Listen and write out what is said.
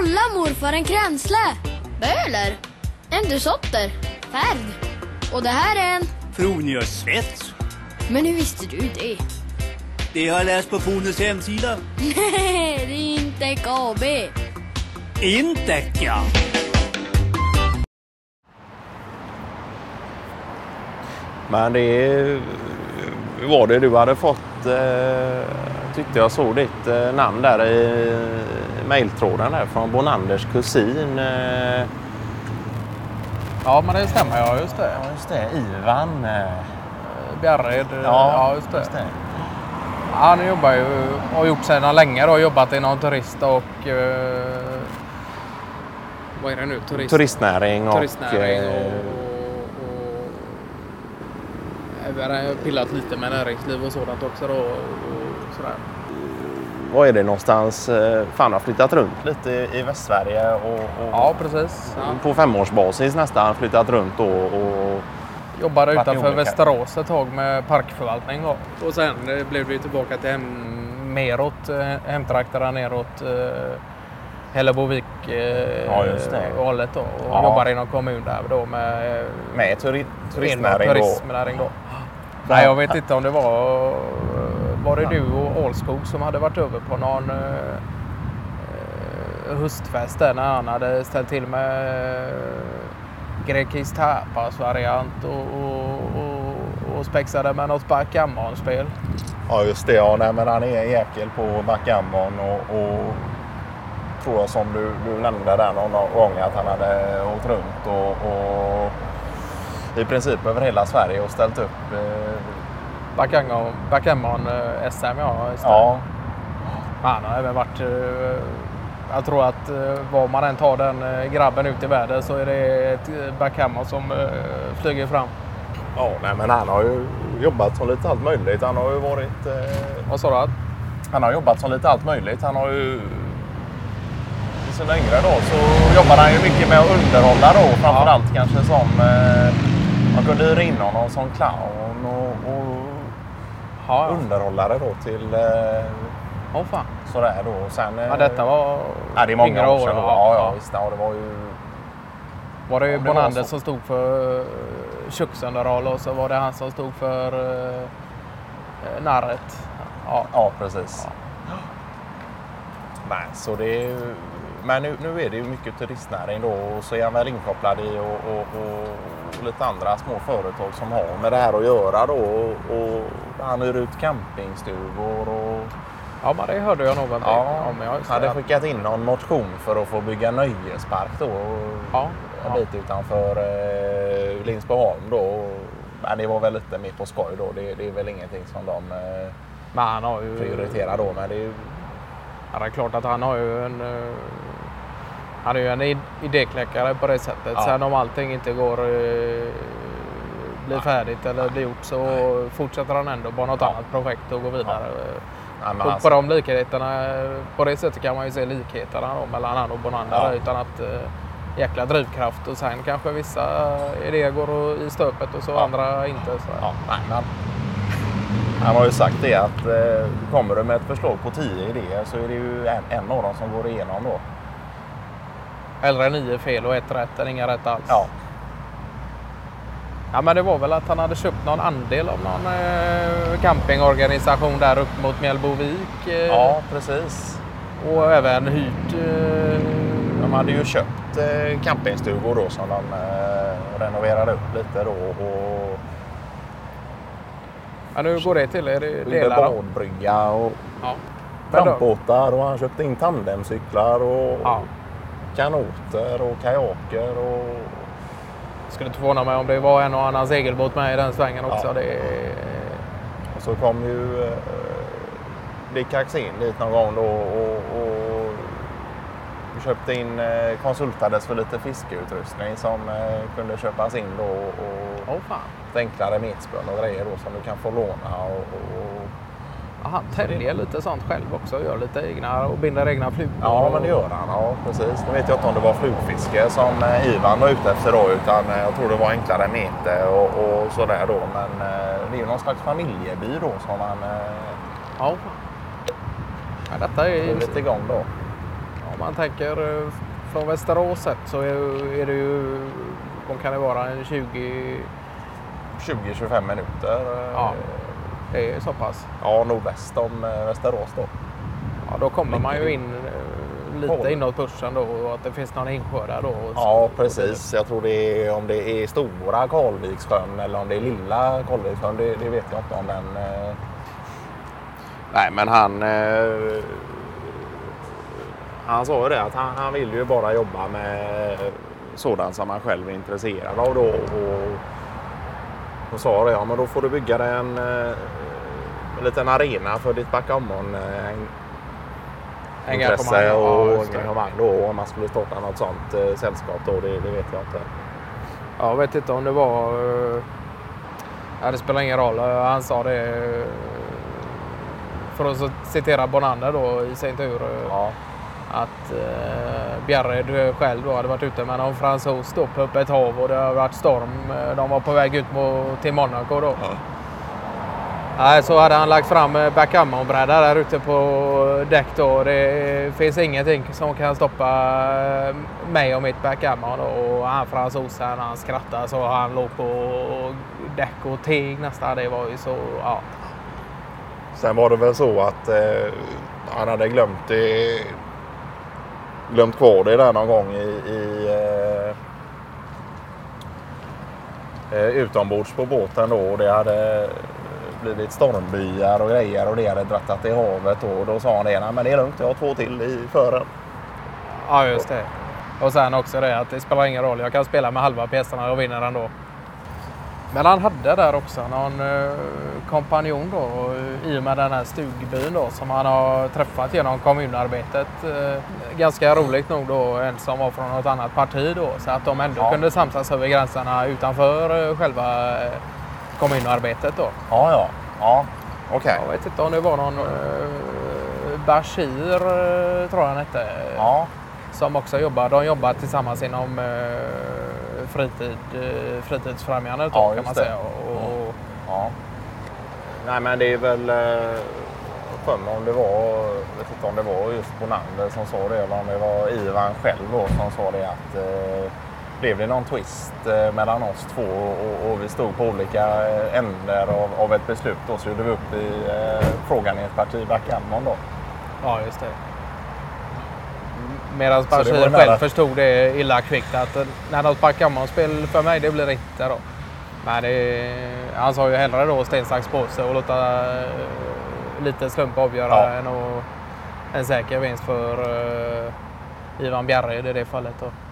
Kolla morfar, en kränsle. Böler. En dusotter. Färd. Och det här är en... Fronius-svets. Men hur visste du det? Det har jag läst på Fonus hemsida. Nej, det är inte KB. Inte, ja. Men det var det du hade fått, tyckte jag såg ditt namn där i mejltråden där från Bonanders kusin. Ja, men det stämmer, ja, just det. Ja, just det. Ivan. Bjarred. Ja, just det. Just det. Han jobbar ju, har gjort sedan länge då, jobbat inom turist och... vad är det nu? Turistnäring och... Turistnäring och även pillat lite med näringsliv och sådant också då. Och sådär. Vad är det någonstans? Fan har flyttat runt lite i Västsverige och ja, precis. Ja. På 5-årsbasis nästan flyttat runt då och jobbade utanför Västerås ett tag med parkförvaltning då. Och sen blev vi tillbaka till hemtrakterna neråt Hällebovik hållet då. Och jobbade inom kommun där då med turistnäring då. Nej, jag vet inte om det var det du och Ålskog som hade varit över på någon höstfest där när han hade ställt till med grekisk tapas-variant och spexade med något backgammon-spel. Ja, just det. Ja, nej, men han är jäkel på backgammon och tror jag som du nämnde där någon gång att han hade åkt runt och i princip över hela Sverige och ställt upp backgammon SM, ja. Ja. Han har även varit... Jag tror att var man än tar den grabben ut i världen så är det ett backgammon som flyger fram. Ja, nej, men han har ju jobbat som lite allt möjligt. Han har ju varit... Vad sa du? Han har jobbat som lite allt möjligt. Han har ju... I sina yngre då så jobbade han ju mycket med att underhålla då. Framförallt kanske som... Man kunde hyra in honom som clown och underhållare då till... fan. Sådär då. Och sen, ja, detta var det är många år sedan. Ja, visst. Ja, det var ju... Var det Bonander som stod för köksunderhåll och så var det han som stod för narret. Ja, precis. Ja. Nej, så det är ju... Men nu är det ju mycket turistnäring då och så är han väl inkopplad i och lite andra små företag som har med det här att göra då och han hyr ut campingstugor och... Ja, men det hörde jag nog om. Jag hade skickat in någon motion för att få bygga nöjespark då. En bit utanför Lindsboholm då. Men det var väl lite mer på skoj då. Det är väl ingenting som de prioriterar då. Men det är ju... Ja, det är klart att han har ju en idékläckare på det sättet. Ja. Sen om allting inte går blir färdigt eller blir gjort så fortsätter han ändå på något annat projekt och går vidare. Ja. På de likheterna, på det sättet kan man ju se likheterna då, mellan han och Bonander utan att jäkla drivkraft och sen kanske vissa idéer går i stöpet och så andra inte. Så. Ja, men han har ju sagt det att kommer du med ett förslag på 10 idéer så är det ju en av dem som går igenom då. Eller 9 fel och 1 rätt eller inga rätt alls. Ja. Ja, men det var väl att han hade köpt någon andel av någon campingorganisation där upp mot Mjällbovik. Ja, precis. Och även hyrt... De hade ju köpt campingstugor då som de renoverade upp lite då och... Ja, nu går det till delar då. Badbrygga och trampbåtar och han köpte in tandemcyklar och kanoter och kajaker och... Skulle inte förvåna mig om det var en och annan segelbåt med i den svängen också. Ja. Och så kom ju Dick Axén dit någon gång då och köpte in, konsultades för lite fiskeutrustning som kunde köpas in då och enklare metspön och grejer då som du kan få låna han täljer lite sånt själv också, gör lite egna och binder egna flugor. Ja, men det gör han. Ja, precis. Nu vet jag inte om det var flugfiske som Ivan var ute efter då, utan jag tror det var enklare mete och sådär då. Men det är ju någon slags familjeby då som han... Ja, detta är lite igång då. Om man tänker från Västerås sett så är det ju, vad kan det vara, en 20-25 minuter. Ja, det är så pass. Ja, nordväst om Västerås då. Ja, då kommer man ju in lite inåt Pushen då och att det finns någon insjö där då. Ja, precis. Jag tror det är, om det är stora Karlvikssjön eller om det är lilla Karlvikssjön, det vet jag inte om den. Nej, men han sa ju det att han vill ju bara jobba med sådant som han själv är intresserad av då. Och sa det, ja men då får du bygga en liten arena för ditt backgammon intresse och engagemang då, om man skulle starta något sånt sällskap då, det vet jag inte. Jag vet inte om det var, det spelar ingen roll, han sa det, för att citera Bonander då i sin tur, att Bjärred själv då hade varit ute med någon fransos då på öppet hav och det har varit storm, de var på väg ut till Monaco då. Så hade han lagt fram backgammon-bräda där ute på däck då. Det finns ingenting som kan stoppa mig och mitt backgammon. Och han fransosen, han skrattade så han låg på däck och teg nästan. Det var ju så, ja. Sen var det väl så att han hade glömt kvar det där någon gång utombords på båten då. Och det hade blivit stormbyar och grejer och det hade drattat i havet och då sa han det, nej men det är lugnt, jag har 2 till i fören. Ja just det. Och sen också det att det spelar ingen roll, jag kan spela med halva pjäserna och vinner ändå. Men han hade där också någon kompanjon då i och med den här stugbyn då som han har träffat genom kommunarbetet. Ganska roligt nog då, en som var från något annat parti då, så att de ändå kunde samsas över gränserna utanför själva kommunarbetet då. Ja, okej. Jag vet inte om det var någon Bashir tror jag han hette. Ja. Som också jobbar tillsammans inom fritidsfrämjandet då, kan man säga. Nej men det är väl om det var, vet inte om det var just Bonander som sa det eller om det var Ivan själv då som sa det att blev det någon twist mellan oss två och vi stod på olika ändar av ett beslut då, så gjorde vi upp i frågan i ett parti backgammon då. Ja, just det. Medan Bashir själv förstod det illa kvickt att när något backgammonspel för mig, det blir inte då. Men han sa ju hellre då sten, sax, påse och låta lite slump avgöra än en säker vinst för Ivan Bjärred i det fallet då.